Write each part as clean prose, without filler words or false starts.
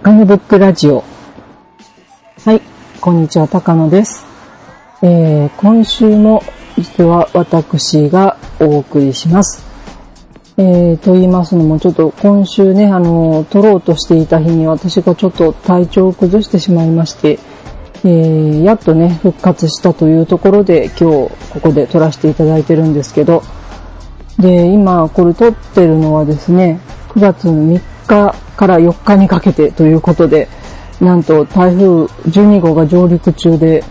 高野ブックラジオ。はい、こんにちは、高野です。今週も実は私がお送りします。と言いますのも、ちょっと今週ね、撮ろうとしていた日に私がちょっと体調を崩してしまいまして、やっとね、復活したというところで今日ここで撮らせていただいてるんですけど、で、今これ撮ってるのはですね、9月3日から4日にかけてということで、なんと台風12号が上陸中で、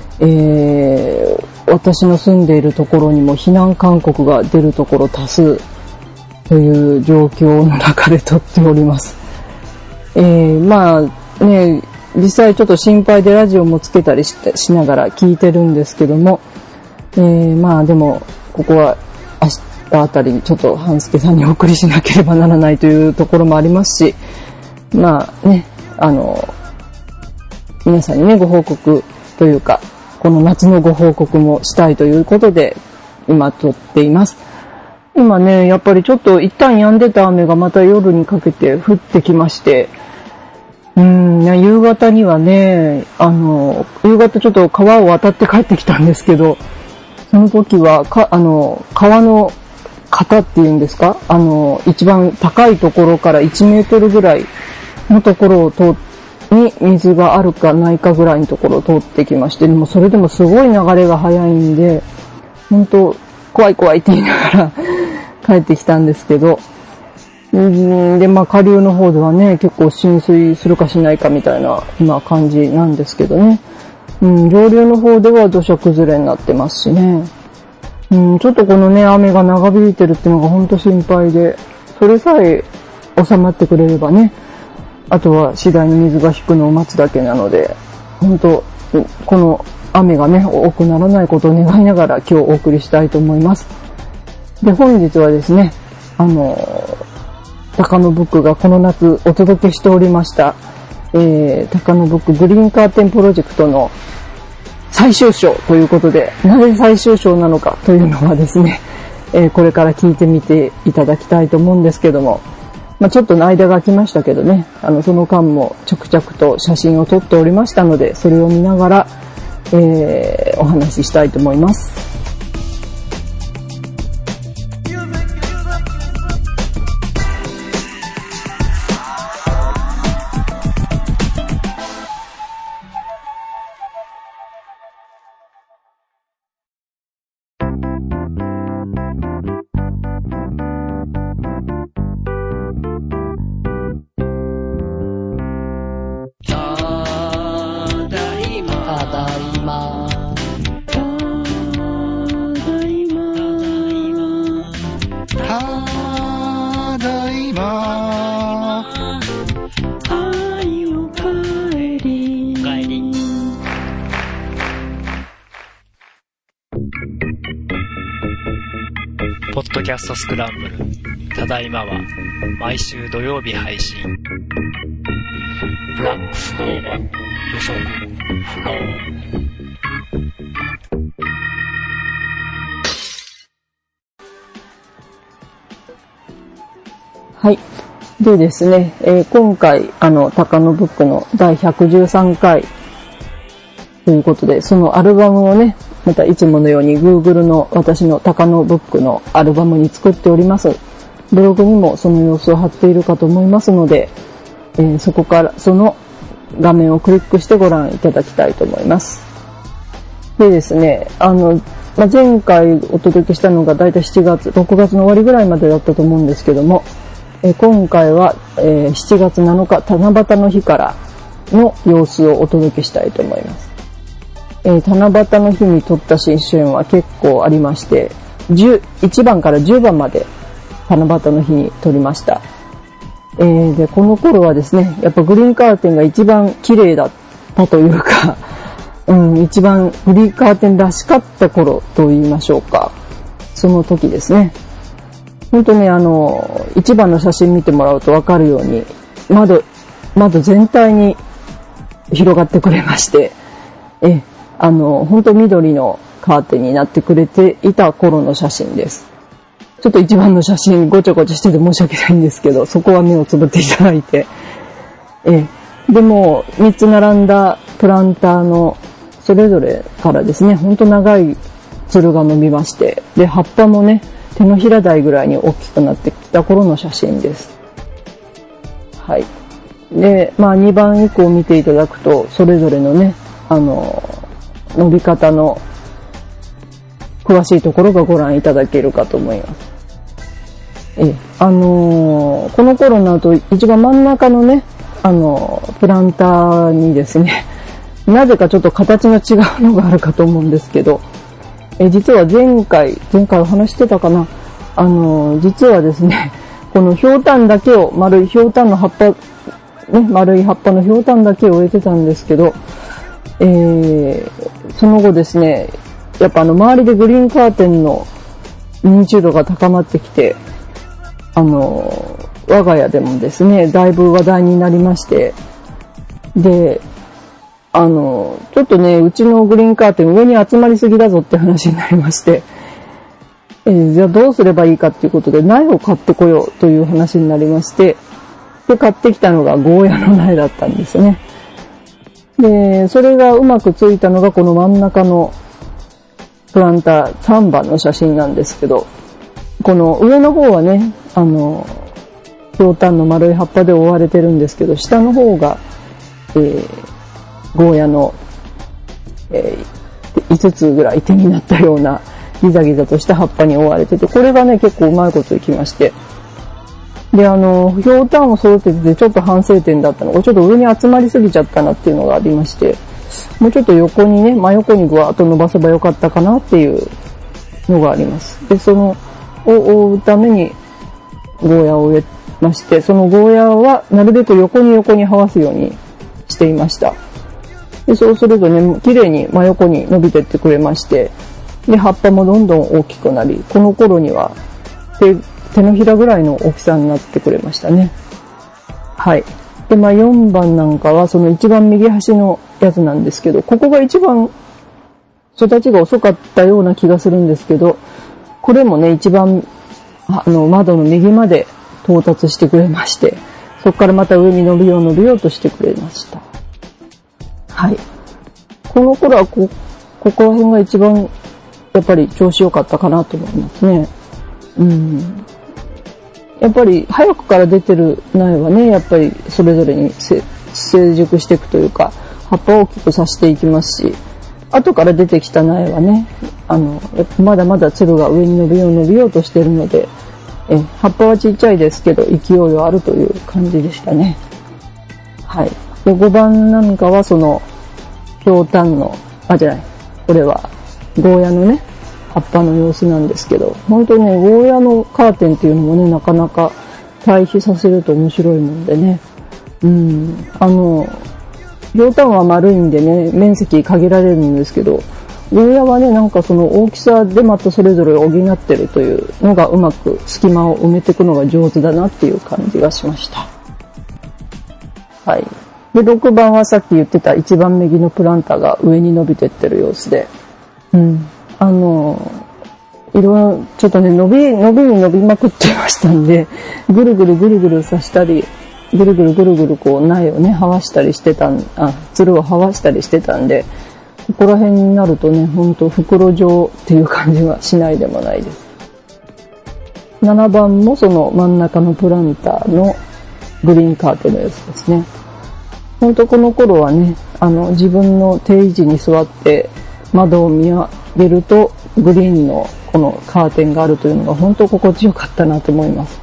私の住んでいるところにも避難勧告が出るところ多数という状況の中で撮っております。まあね、実際ちょっと心配でラジオもつけたりしながら聞いてるんですけども、まあでもここは明日あたりにちょっと半助さんにお送りしなければならないというところもありますし、まあね、皆さんにねご報告というか、この夏のご報告もしたいということで今撮っています。今ね、やっぱりちょっと一旦止んでた雨がまた夜にかけて降ってきまして、夕方にはね、夕方ちょっと川を渡って帰ってきたんですけど、その時は川の型っていうんですか、一番高いところから1メートルぐらいのところをに水があるかないかぐらいのところを通ってきまして、でもそれでもすごい流れが速いんで、本当怖い怖いって言いながら帰ってきたんですけど、で、まあ下流の方ではね、結構浸水するかしないかみたいな今感じなんですけどね。上流の方では土砂崩れになってますしね。ちょっとこのね、雨が長引いてるっていうのが本当心配で、それさえ収まってくれればね、あとは次第に水が引くのを待つだけなので、本当この雨がね、多くならないことを願いながら今日お送りしたいと思います。で、本日はですね、高野ブックがこの夏お届けしておりました、高野ブックグリーンカーテンプロジェクトの最終章ということで、なぜ最終章なのかというのはですね、これから聞いてみていただきたいと思うんですけども、まあ、ちょっとの間が空きましたけどね、その間も着々と写真を撮っておりましたので、それを見ながら、お話ししたいと思います。 ポッドキャストスクランブル、ただいまは毎週土曜日配信。ブラックスコーバー、予測不能。 はい。でですね、今回、高野ブックの第113回ということで、そのアルバムをね、またいつものように Google の私の高野ブックのアルバムに作っております。ブログにもその様子を貼っているかと思いますので、そこからその画面をクリックしてご覧いただきたいと思います。でですね、前回お届けしたのがだいたい6月の終わりぐらいまでだったと思うんですけども、今回は、7月7日七夕の日からの様子をお届けしたいと思います。七夕の日に撮った新春は結構ありまして、1番から10番まで七夕の日に撮りました。で、この頃はですね、やっぱグリーンカーテンが一番綺麗だったというか、一番グリーンカーテンらしかった頃と言いましょうか。その時ですね。本当ね、一番の写真見てもらうとわかるように、窓全体に広がってくれまして、本当緑のカーテンになってくれていた頃の写真です。ちょっと一番の写真ごちゃごちゃしてて申し訳ないんですけど、そこは目をつぶっていただいて、 でも3つ並んだプランターのそれぞれからですね、ほんと長いつるが伸びまして、で葉っぱもね手のひら台ぐらいに大きくなってきた頃の写真です。はい。で、2番以降見ていただくと、それぞれのね、伸び方の詳しいところがご覧いただけるかと思います。この頃になると一番真ん中のね、プランターにですね、なぜかちょっと形の違うのがあるかと思うんですけど、実は前回お話してたかな、実はですね、このひょうたんだけを、丸いひょうたんの葉っぱ、ね、丸い葉っぱのひょうたんだけを植えてたんですけど、その後ですね、やっぱ周りでグリーンカーテンの認知度が高まってきて、我が家でもですね、だいぶ話題になりまして、で、ちょっとね、うちのグリーンカーテン上に集まりすぎだぞって話になりまして、じゃあどうすればいいかっていうことで苗を買ってこようという話になりまして、で、買ってきたのがゴーヤの苗だったんですね。で、それがうまくついたのがこの真ん中のプランター3番の写真なんですけど、この上の方はね、ひょうたんの丸い葉っぱで覆われてるんですけど、下の方が、ゴーヤの、5つぐらい手になったようなギザギザとした葉っぱに覆われてて、これがね、結構うまいこといきまして。で、ひょうたんを育てててちょっと反省点だったのが、ちょっと上に集まりすぎちゃったなっていうのがありまして、もうちょっと横にね、真横にぐわーっと伸ばせばよかったかなっていうのがあります。で、その、を覆うためにゴーヤを植えまして、そのゴーヤはなるべく横に這わすようにしていました。で、そうするとね、綺麗に真横に伸びてってくれまして、で、葉っぱもどんどん大きくなり、この頃には手のひらぐらいの大きさになってくれましたね。はい。で、4番なんかはその一番右端のやつなんですけど、ここが一番育ちが遅かったような気がするんですけど、これもね、一番、窓の右まで到達してくれまして、そこからまた上に伸びようとしてくれました。はい。この頃はここら辺が一番、やっぱり調子良かったかなと思いますね。やっぱり早くから出てる苗はね、やっぱりそれぞれに成熟していくというか、葉っぱを大きくさせていきますし、後から出てきた苗はね、まだまだつるが上に伸びようとしているので、葉っぱはちっちゃいですけど勢いはあるという感じでしたね。はい。で、5番なんかはその、ひょうたんの、これはゴーヤのね、葉っぱの様子なんですけど、本当にね、ゴーヤのカーテンっていうのもね、なかなか対比させると面白いもんでね。ひょうたんは丸いんでね、面積限られるんですけど、ゴーヤはね、なんかその大きさでまたそれぞれ補ってるというのがうまく隙間を埋めていくのが上手だなっていう感じがしました。はい。で、6番はさっき言ってた一番右のプランターが上に伸びてってる様子で、いろいろちょっとね、伸びまくってましたんで、ぐるぐるさしたり、ぐるぐるこう苗をね、這わしたりしてたつるを這わしたりしてたんで、ここら辺になるとね、ほんと袋状っていう感じはしないでもないです。7番もその真ん中のプランターのグリーンカーテンのやつですね。ほんとこの頃はね、自分の定位置に座って窓を見上げるとグリーンのこのカーテンがあるというのが本当心地よかったなと思います。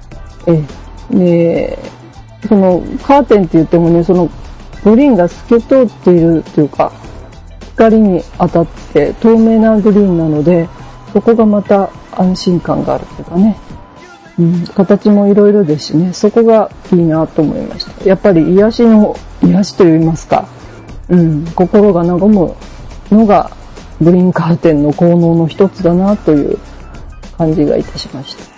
で、そのカーテンって言ってもね、そのグリーンが透け通っているというか、光に当たって透明なグリーンなので、そこがまた安心感があるというかね、形もいろいろですしね、そこがいいなと思いました。やっぱり癒しと言いますか、心が和むのがグリーンカーテンの効能の一つだなという感じがいたしました。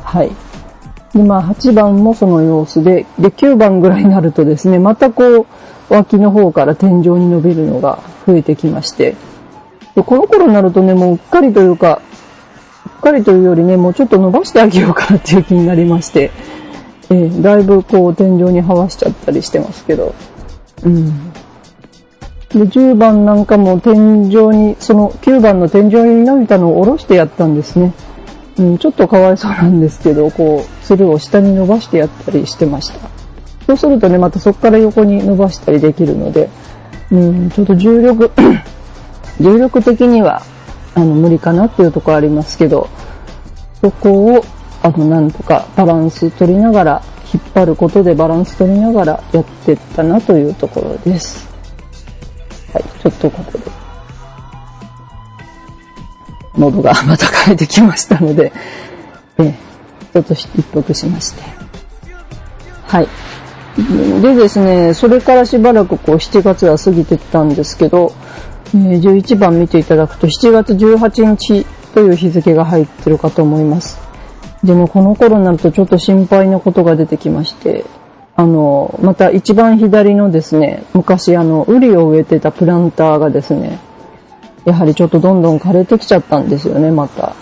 はい。で、8番もその様子で、9番ぐらいになるとですね、またこう、脇の方から天井に伸びるのが増えてきまして、で、この頃になるとね、もううっかりというよりね、もうちょっと伸ばしてあげようかなっていう気になりまして、 だいぶこう天井に這わしちゃったりしてますけど。で、10番なんかも天井に、その9番の天井に伸びたのを下ろしてやったんですね。ちょっとかわいそうなんですけど、こう、つるを下に伸ばしてやったりしてました。そうするとね、またそこから横に伸ばしたりできるので、ちょっと重力的には、無理かなっていうところありますけど、そこを、なんとかバランス取りながら、引っ張ることでバランス取りながらやっていったなというところです。はい、ちょっとここで。喉がまた枯れてきましたので、ちょっと一服しまして。はい。でですね、それからしばらくこう7月は過ぎてったんですけど、11番見ていただくと7月18日という日付が入ってるかと思います。でもこの頃になるとちょっと心配なことが出てきまして、また一番左のですね、昔ウリを植えてたプランターがですね、やはりちょっとどんどん枯れてきちゃったんですよね、また。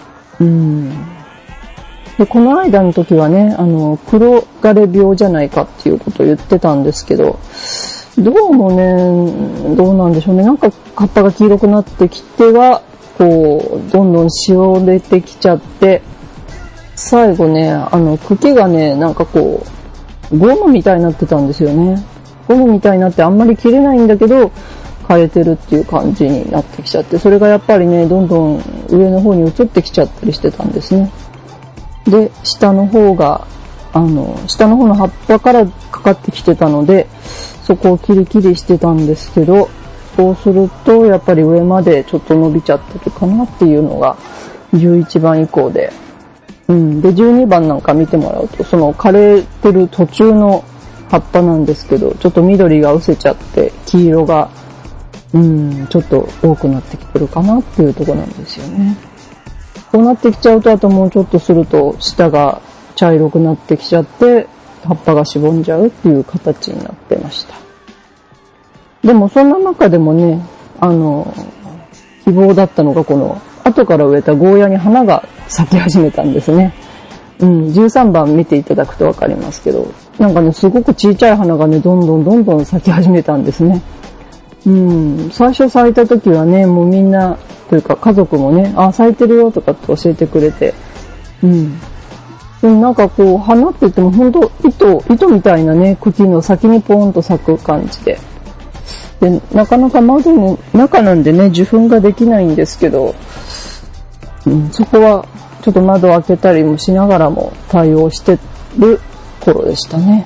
で、この間の時はね、黒枯れ病じゃないかっていうことを言ってたんですけど、どうもね、どうなんでしょうね。なんか葉っぱが黄色くなってきては、こう、どんどんしおれてきちゃって、最後ね、茎がね、なんかこう、ゴムみたいになってたんですよね。ゴムみたいになってあんまり切れないんだけど、枯れてるっていう感じになってきちゃって、それがやっぱりね、どんどん上の方に移ってきちゃったりしてたんですね。で、下の方が、下の方の葉っぱからかかってきてたので、そこをキリキリしてたんですけど、そうすると、やっぱり上までちょっと伸びちゃってるかなっていうのが、11番以降で。で、12番なんか見てもらうと、その枯れてる途中の葉っぱなんですけど、ちょっと緑が失せちゃって、黄色が、ちょっと多くなってきてるかなっていうところなんですよね。こうなってきちゃうと、あともうちょっとすると、下が茶色くなってきちゃって、葉っぱがしぼんじゃうっていう形になってました。でもそんな中でもね、希望だったのがこの、後から植えたゴーヤに花が咲き始めたんですね。13番見ていただくとわかりますけど、なんかね、すごく小さい花がね、どんどん咲き始めたんですね。最初咲いた時はね、もうみんな、というか家族もね、咲いてるよとかって教えてくれて、でもなんかこう、花って言ってもほんと糸みたいなね、茎の先にポーンと咲く感じで。で、なかなか窓の中なんでね、受粉ができないんですけど、そこはちょっと窓を開けたりもしながらも対応してる頃でしたね。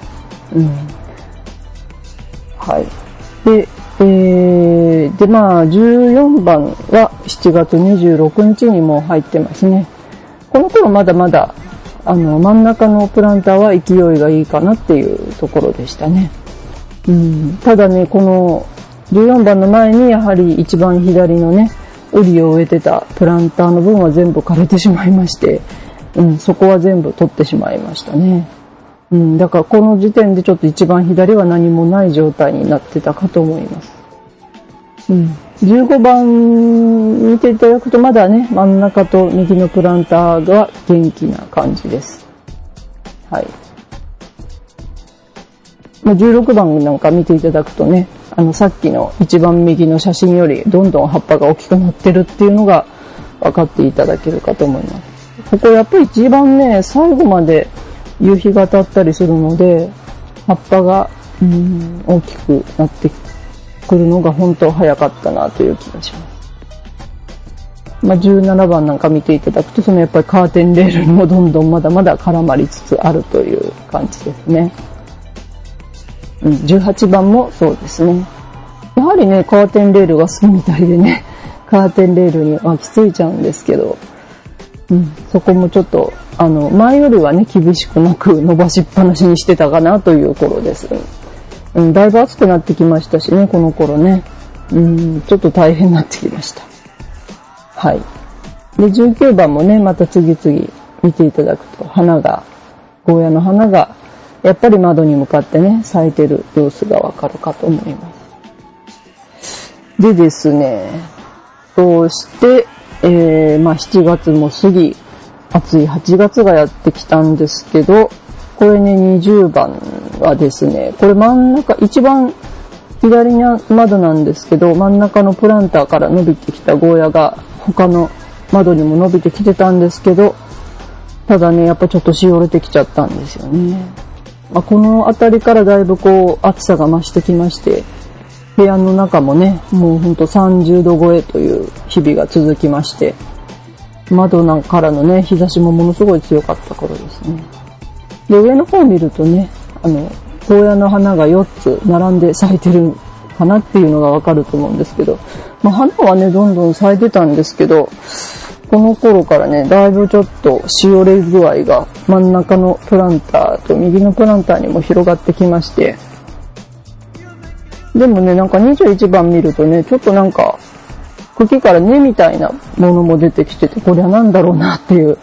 はい。で、まあ、14番は7月26日にもう入ってますね。この頃まだまだ、真ん中のプランターは勢いがいいかなっていうところでしたね。ただね、この14番の前にやはり一番左のね、ウリを植えてたプランターの分は全部枯れてしまいまして、そこは全部取ってしまいましたね。だからこの時点でちょっと一番左は何もない状態になってたかと思います。15番見ていただくとまだね、真ん中と右のプランターが元気な感じです。はい。16番なんか見ていただくとね、さっきの一番右の写真よりどんどん葉っぱが大きくなってるっていうのが分かっていただけるかと思います。ここやっぱり一番ね、最後まで夕日が当たったりするので、葉っぱが大きくなってくるのが本当早かったなという気がします。17番なんか見ていただくと、そのやっぱりカーテンレールにもどんどんまだまだ絡まりつつあるという感じですね。18番もそうですね。やはりね、カーテンレールが好きみたいでね、カーテンレールに巻きついちゃうんですけど、そこもちょっと、前よりはね、厳しくなく伸ばしっぱなしにしてたかなという頃です。だいぶ暑くなってきましたしね、この頃ね。ちょっと大変になってきました。はい。で、19番もね、また次々見ていただくと、ゴーヤの花が、やっぱり窓に向かってね、咲いてる様子がわかるかと思います。でですね、そうして、7月も過ぎ、暑い8月がやってきたんですけど、 これね、20番はですね、これ真ん中、一番左の窓なんですけど、真ん中のプランターから伸びてきたゴーヤが他の窓にも伸びてきてたんですけど、ただね、やっぱちょっとしおれてきちゃったんですよね。この辺りからだいぶ暑さが増してきまして、部屋の中もね、もうほんと30度超えという日々が続きまして、窓なんからのね、日差しもものすごい強かった頃ですね。で、上の方を見るとね、ゴーヤの花が4つ並んで咲いてるかなっていうのがわかると思うんですけど、花はね、どんどん咲いてたんですけど、この頃からね、だいぶちょっとしおれ具合が真ん中のプランターと右のプランターにも広がってきまして、でもね、なんか21番見るとね、ちょっとなんか茎から根みたいなものも出てきてて、これはなんだろうなっていう、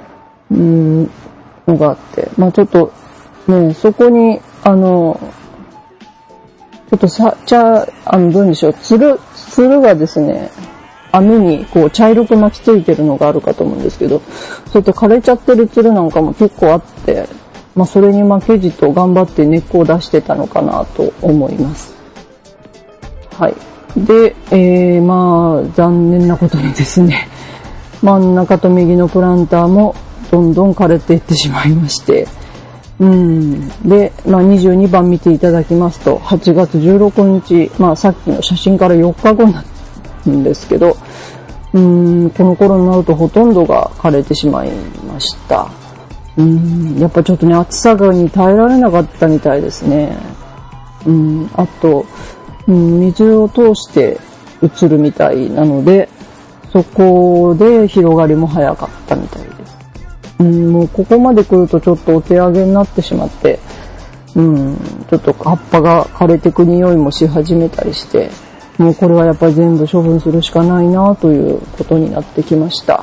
のがあって、ちょっとね、そこにちょっとどうでしょう、つるがですね、網に茶色く巻きついてるのがあるかと思うんですけど、それと枯れちゃってるつるなんかも結構あって、それに負けじと頑張って根っこを出してたのかなと思います。はい。で、残念なことにですね、真ん中と右のプランターもどんどん枯れていってしまいまして、で、22番見ていただきますと、8月16日、さっきの写真から4日後なんですけど、この頃になるとほとんどが枯れてしまいました。やっぱちょっとね、暑さに耐えられなかったみたいですね。あと、水を通して移るみたいなので、そこで広がりも早かったみたいです。もうここまで来るとちょっとお手上げになってしまって、ちょっと葉っぱが枯れてく匂いもし始めたりして、もうこれはやっぱり全部処分するしかないなということになってきました。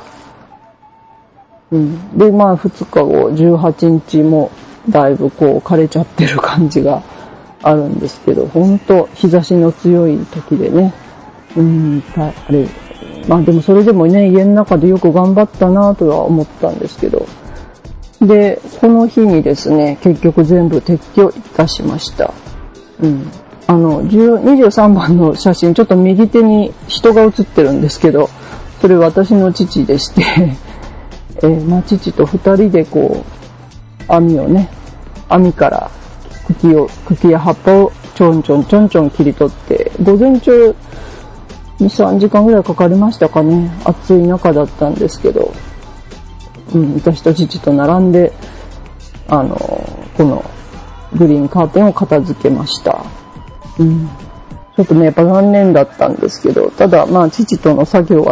で、2日後、18日もだいぶ枯れちゃってる感じがあるんですけど、ほんと日差しの強い時でね、でもそれでもね、家の中でよく頑張ったなとは思ったんですけど、で、この日にですね、結局全部撤去いたしました。23番の写真、ちょっと右手に人が写ってるんですけど、それ私の父でして、父と2人で網から茎や葉っぱをちょんちょん切り取って、午前中2、3時間ぐらいかかりましたかね。暑い中だったんですけど、私と父と並んで、このグリーンカーテンを片付けました。ちょっとね、やっぱ残念だったんですけど、ただ父との作業は、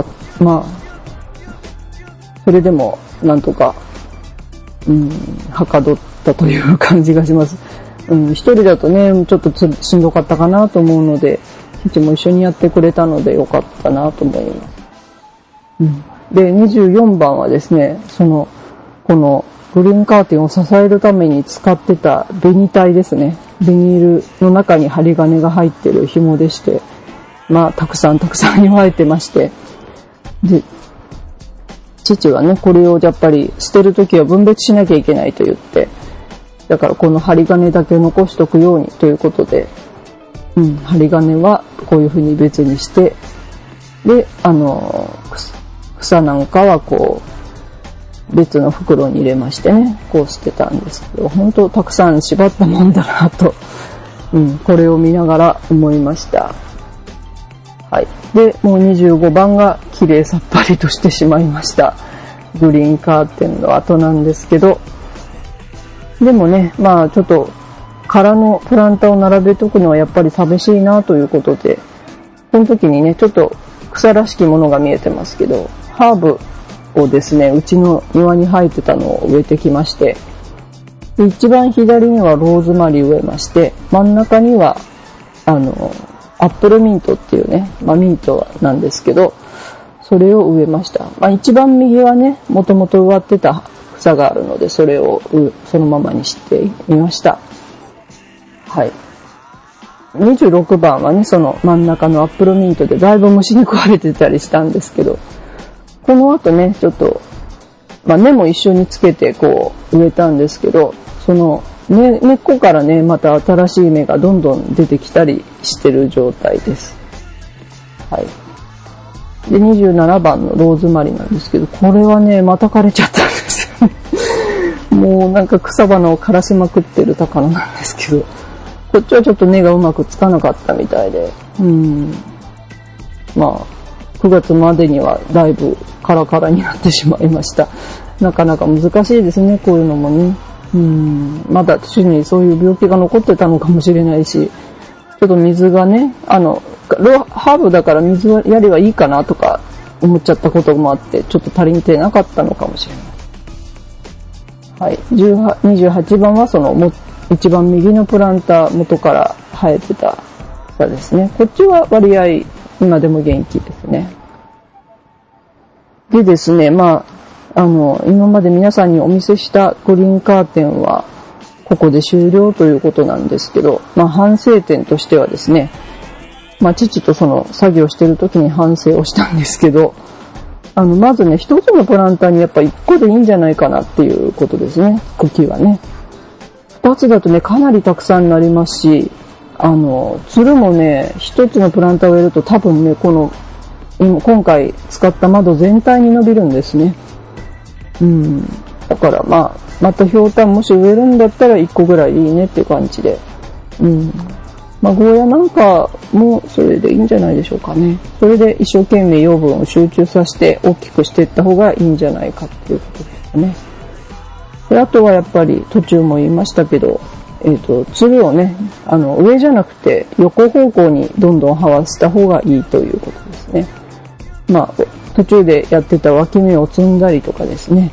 それでもなんとか、はかどったという感じがします。一人だとね、ちょっとしんどかったかなと思うので、父も一緒にやってくれたのでよかったなと思います。で、24番はですね、このグリーンカーテンを支えるために使ってたベニタイですね。ビニールの中に針金が入ってる紐でして、たくさん生えてまして、で、父はね、これをやっぱり捨てるときは分別しなきゃいけないと言って、だからこの針金だけ残しとくようにということで、針金はこういう風に別にして、で、草なんかは別の袋に入れましてね、捨てたんですけど、本当たくさん縛ったもんだなと、これを見ながら思いました。はい。で、もう25番が綺麗さっぱりとしてしまいました。グリーンカーテンの後なんですけど、でもね、ちょっと空のプランターを並べとくのはやっぱり寂しいなということで、この時にね、ちょっと草らしきものが見えてますけど、ハーブをですね、うちの庭に生えてたのを植えてきまして、一番左にはローズマリー植えまして、真ん中にはアップルミントっていうね、ミントなんですけど、それを植えました。一番右はね、もともと植わってた草があるので、それをそのままにしてみました。はい。26番はね、その真ん中のアップルミントでだいぶ虫に食われてたりしたんですけど、この後ね、ちょっと、根も一緒につけて植えたんですけど、 その、根っこからね、また新しい芽がどんどん出てきたりしてる状態です。はい。で、27番のローズマリーなんですけど、これはね、また枯れちゃったんですよね。もうなんか草花を枯らしまくってる高菜なんですけど、こっちはちょっと根がうまくつかなかったみたいで、まあ、9月までにはだいぶカラカラになってしまいました。なかなか難しいですね、こういうのもね。まだ土にそういう病気が残ってたのかもしれないし、ちょっと水がね、ハーブだから水やりはいいかなとか思っちゃったこともあって、ちょっと足りてなかったのかもしれない。はい。28番はその一番右のプランター元から生えてた草ですね。こっちは割合今でも元気ですね。でですね、まあ、今まで皆さんにお見せしたグリーンカーテンはここで終了ということなんですけど、まあ反省点としてはですね、まあ父とその作業してる時に反省をしたんですけど、まずね、一つのプランターにやっぱ一個でいいんじゃないかなっていうことですね、茎はね。二つだとね、かなりたくさんなりますし、つるもね、一つのプランターを植えると多分ね、今回使った窓全体に伸びるんですね。だからまたひょうたんもし植えるんだったら1個ぐらいでいいねっていう感じで。まあゴーヤなんかもそれでいいんじゃないでしょうかね。それで一生懸命養分を集中させて大きくしていった方がいいんじゃないかっていうことですね。で、あとはやっぱり途中も言いましたけど、つるをね、上じゃなくて横方向にどんどん這わせた方がいいということですね。まあ、途中でやってた脇芽を摘んだりとかですね。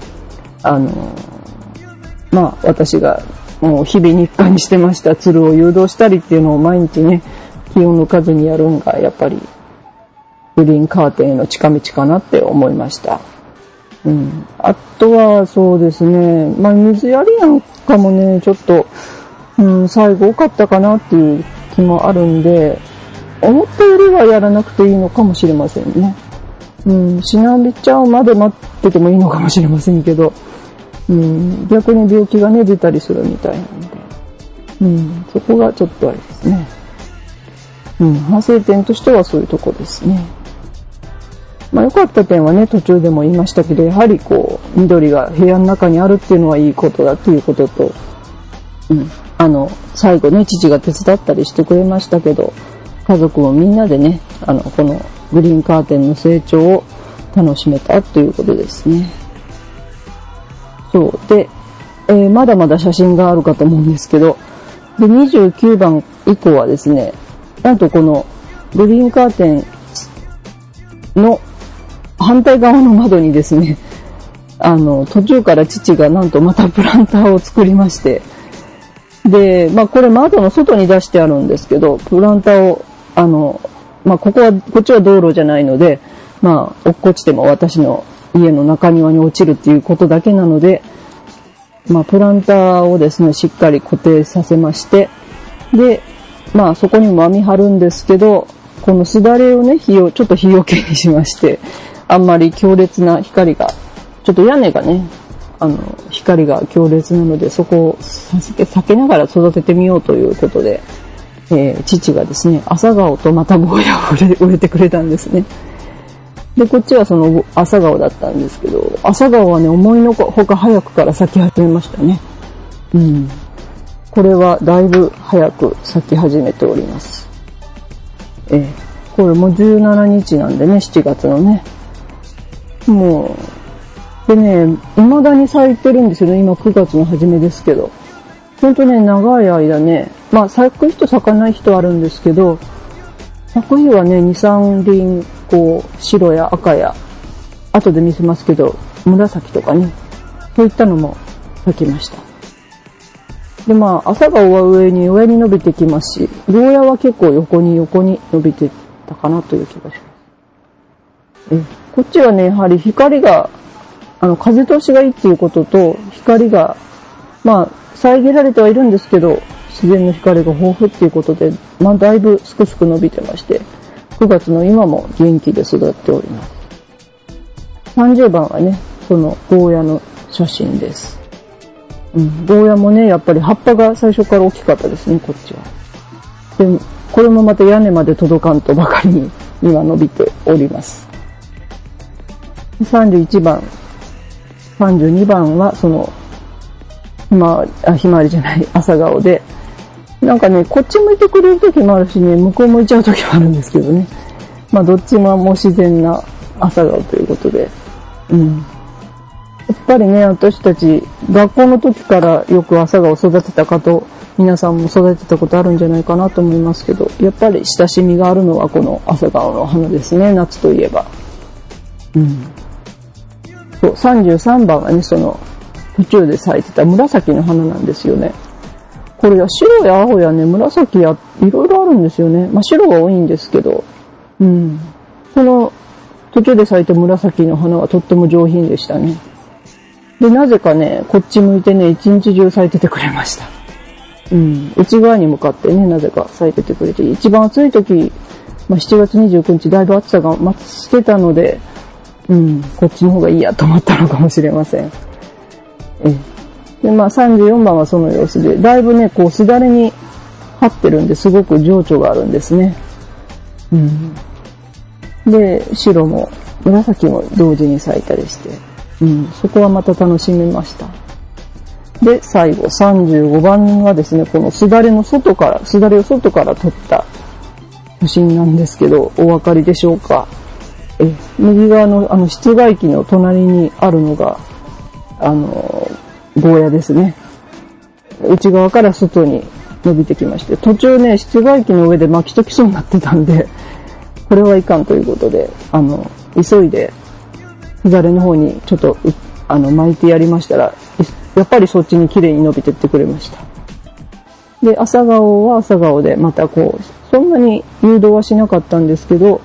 まあ、私がもう日々日課にしてましたつるを誘導したりっていうのを毎日ね、気を抜かずにやるんがやっぱりグリーンカーテンへの近道かなって思いました。あとはそうですね、まあ水やりなんかもね、ちょっと、最後多かったかなっていう気もあるんで、思ったよりはやらなくていいのかもしれませんね。しなびちゃうまで待っててもいいのかもしれませんけど、逆に病気がね、出たりするみたいなんで、そこがちょっとあれですね。反省点としてはそういうとこですね。まあ良かった点はね、途中でも言いましたけど、やはりこう、緑が部屋の中にあるっていうのはいいことだっていうことと、最後ね、父が手伝ったりしてくれましたけど、家族もみんなでね、このグリーンカーテンの成長を楽しめたということですね。そう。で、まだまだ写真があるかと思うんですけど、で、29番以降はですね、なんとこのグリーンカーテンの反対側の窓にですね、途中から父がなんとまたプランターを作りまして、で、まあこれ窓の外に出してあるんですけど、プランターを、まあこっちは道路じゃないので、まあ落っこちても私の家の中庭に落ちるっていうことだけなので、まあプランターをですね、しっかり固定させまして、で、まあそこにも網張るんですけど、このすだれをね、ちょっと日よけにしまして、あんまり強烈な光が、ちょっと屋根がね、光が強烈なので、そこを避けながら育ててみようということで、父がですね、朝顔とまたゴーヤを植えてくれたんですね。で、こっちはその朝顔だったんですけど、朝顔はね、思いのほか早くから咲き始めましたね。これはだいぶ早く咲き始めております。これも17日なんでね、7月のね。もう、でね、未だに咲いてるんですよね。今9月の初めですけど。ほんとね、長い間ね、まあ咲く人咲かない人あるんですけど、咲く日はね、2、3輪、こう、白や赤や、後で見せますけど、紫とかね、そういったのも咲きました。で、まあ、朝顔は上に伸びてきますし、ゴーヤは結構横に伸びてたかなという気がします。こっちはね、やはり光が、風通しがいいっていうことと、光が、まあ、遮られてはいるんですけど、自然の光が豊富っていうことで、まあ、だいぶすくすく伸びてまして、9月の今も元気で育っております。30番はね、そのゴーヤの写真です。 ゴーヤもね、やっぱり葉っぱが最初から大きかったですね、こっちは。で、これもまた屋根まで届かんとばかりに今伸びております。31番、32番はひまわりじゃない、朝顔で、なんかね、こっち向いてくれる時もあるしね、向こう向いちゃう時もあるんですけどね。まあどっちももう自然な朝顔ということで。やっぱりね、私たち、学校の時からよく朝顔を育てたかと、皆さんも育てたことあるんじゃないかなと思いますけど、やっぱり親しみがあるのはこの朝顔の花ですね、夏といえば。そう、33番はね、途中で咲いてた紫の花なんですよね。これは白や青やね、紫や、いろいろあるんですよね。まあ白が多いんですけど、この途中で咲いた紫の花はとっても上品でしたね。で、なぜかね、こっち向いてね、一日中咲いててくれました。内側に向かってね、なぜか咲いててくれて、一番暑い時、7月29日だいぶ暑さが増してたので、こっちの方がいいやと思ったのかもしれません。で、34番はその様子で、だいぶね、こう、すだれに張ってるんで、すごく情緒があるんですね。で、白も紫も同時に咲いたりして、そこはまた楽しめました。で、最後35番はですね、このすだれを外から撮った写真なんですけど、お分かりでしょうか？右側の室外機の隣にあるのが、ゴーヤですね。内側から外に伸びてきまして、途中ね、室外機の上で巻きときそうになってたんで、これはいかんということで、急いで、すだれの方にちょっと、巻いてやりましたら、やっぱりそっちに綺麗に伸びてってくれました。で、朝顔は朝顔で、またこう、そんなに誘導はしなかったんですけど、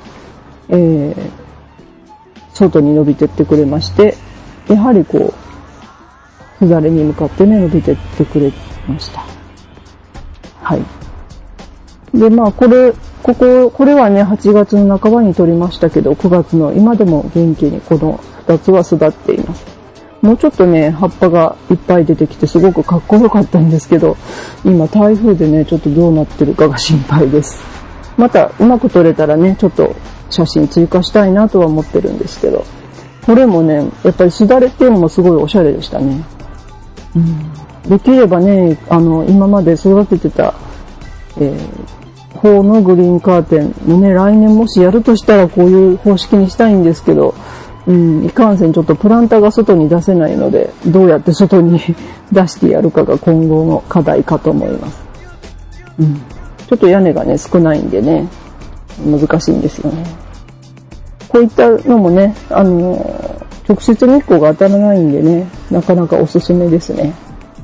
外に伸びてってくれまして、やはりこう、すだれに向かってね、伸びてってくれました。はい。で、これはね、8月の半ばに撮りましたけど、9月の今でも元気にこの2つは育っています。もうちょっとね、葉っぱがいっぱい出てきてすごくかっこよかったんですけど、今台風でね、ちょっとどうなってるかが心配です。またうまく撮れたらね、ちょっと写真追加したいなとは思ってるんですけど、これもね、やっぱりすだれっていうのもすごいおしゃれでしたね。できればね、今まで育ててた、方のグリーンカーテンもね、来年もしやるとしたらこういう方式にしたいんですけど、いかんせんちょっとプランターが外に出せないので、どうやって外に出してやるかが今後の課題かと思います。ちょっと屋根がね、少ないんでね、難しいんですよね。こういったのもね、直接日光が当たらないんでね、なかなかおすすめですね。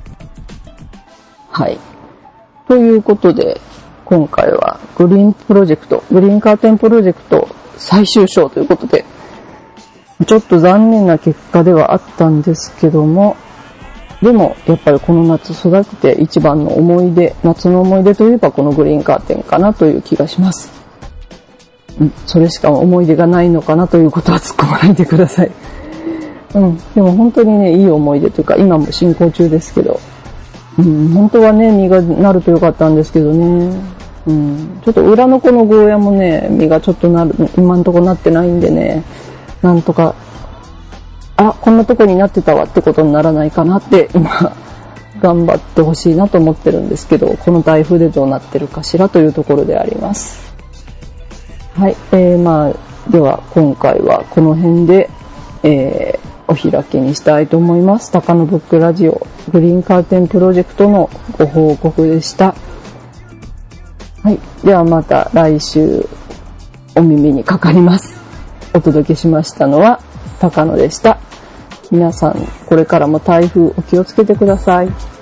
はい。ということで、今回はグリーンカーテンプロジェクト最終章ということで、ちょっと残念な結果ではあったんですけども、でもやっぱりこの夏育てて一番の夏の思い出といえばこのグリーンカーテンかなという気がします。それしか思い出がないのかなということは突っ込まないでください。でも本当にね、いい思い出というか、今も進行中ですけど、本当はね、実がなるとよかったんですけどね。ちょっと裏のこのゴーヤもね、実がちょっと今のところなってないんでね、なんとか、こんなとこになってたわってことにならないかなって、今、頑張ってほしいなと思ってるんですけど、この台風でどうなってるかしらというところであります。はい。では、今回はこの辺で、お開きにしたいと思います。高野ブックラジオグリーンカーテンプロジェクトのご報告でした。はい。ではまた来週お耳にかかります。お届けしましたのは高野でした。皆さんこれからも台風お気をつけてください。